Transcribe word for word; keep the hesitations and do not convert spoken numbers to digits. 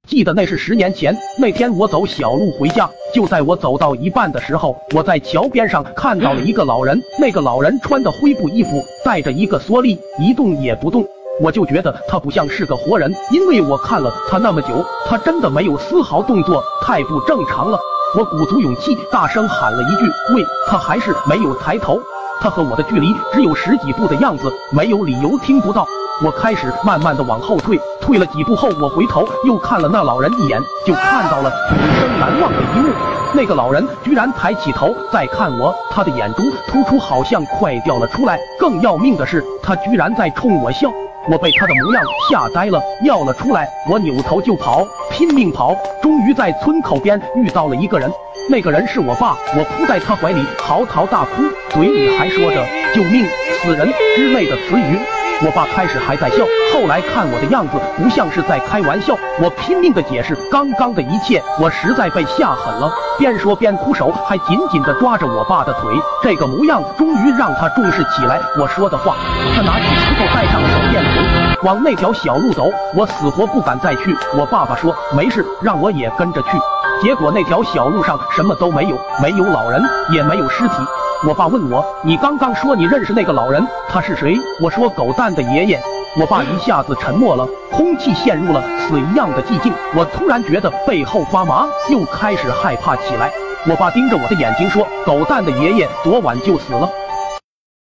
记得那是十年前，那天我走小路回家，就在我走到一半的时候，我在桥边上看到了一个老人，那个老人穿的灰布衣服，带着一个蓑笠，一动也不动。我就觉得他不像是个活人，因为我看了他那么久，他真的没有丝毫动作，太不正常了。我鼓足勇气，大声喊了一句喂，他还是没有抬头。他和我的距离只有十几步的样子，没有理由听不到。我开始慢慢的往后退，退了几步后，我回头又看了那老人一眼，就看到了永生难忘的一幕。那个老人居然抬起头在看我，他的眼珠突出好像快掉了出来，更要命的是，他居然在冲我笑。我被他的模样吓呆了，尿了出来。我扭头就跑，拼命跑，终于在村口边遇到了一个人。那个人是我爸，我扑在他怀里嚎啕大哭，嘴里还说着救命、死人之类的词语。我爸开始还在笑，后来看我的样子不像是在开玩笑，我拼命的解释刚刚的一切，我实在被吓狠了，边说边哭，手还紧紧的抓着我爸的腿，这个模样终于让他重视起来我说的话。他拿起石头带上手电筒往那条小路走，我死活不敢再去。我爸爸说没事，让我也跟着去。结果那条小路上什么都没有，没有老人，也没有尸体。我爸问我，你刚刚说你认识那个老人，他是谁？我说狗蛋的爷爷。我爸一下子沉默了，空气陷入了死一样的寂静。我突然觉得背后发麻，又开始害怕起来。我爸盯着我的眼睛说，狗蛋的爷爷昨晚就死了。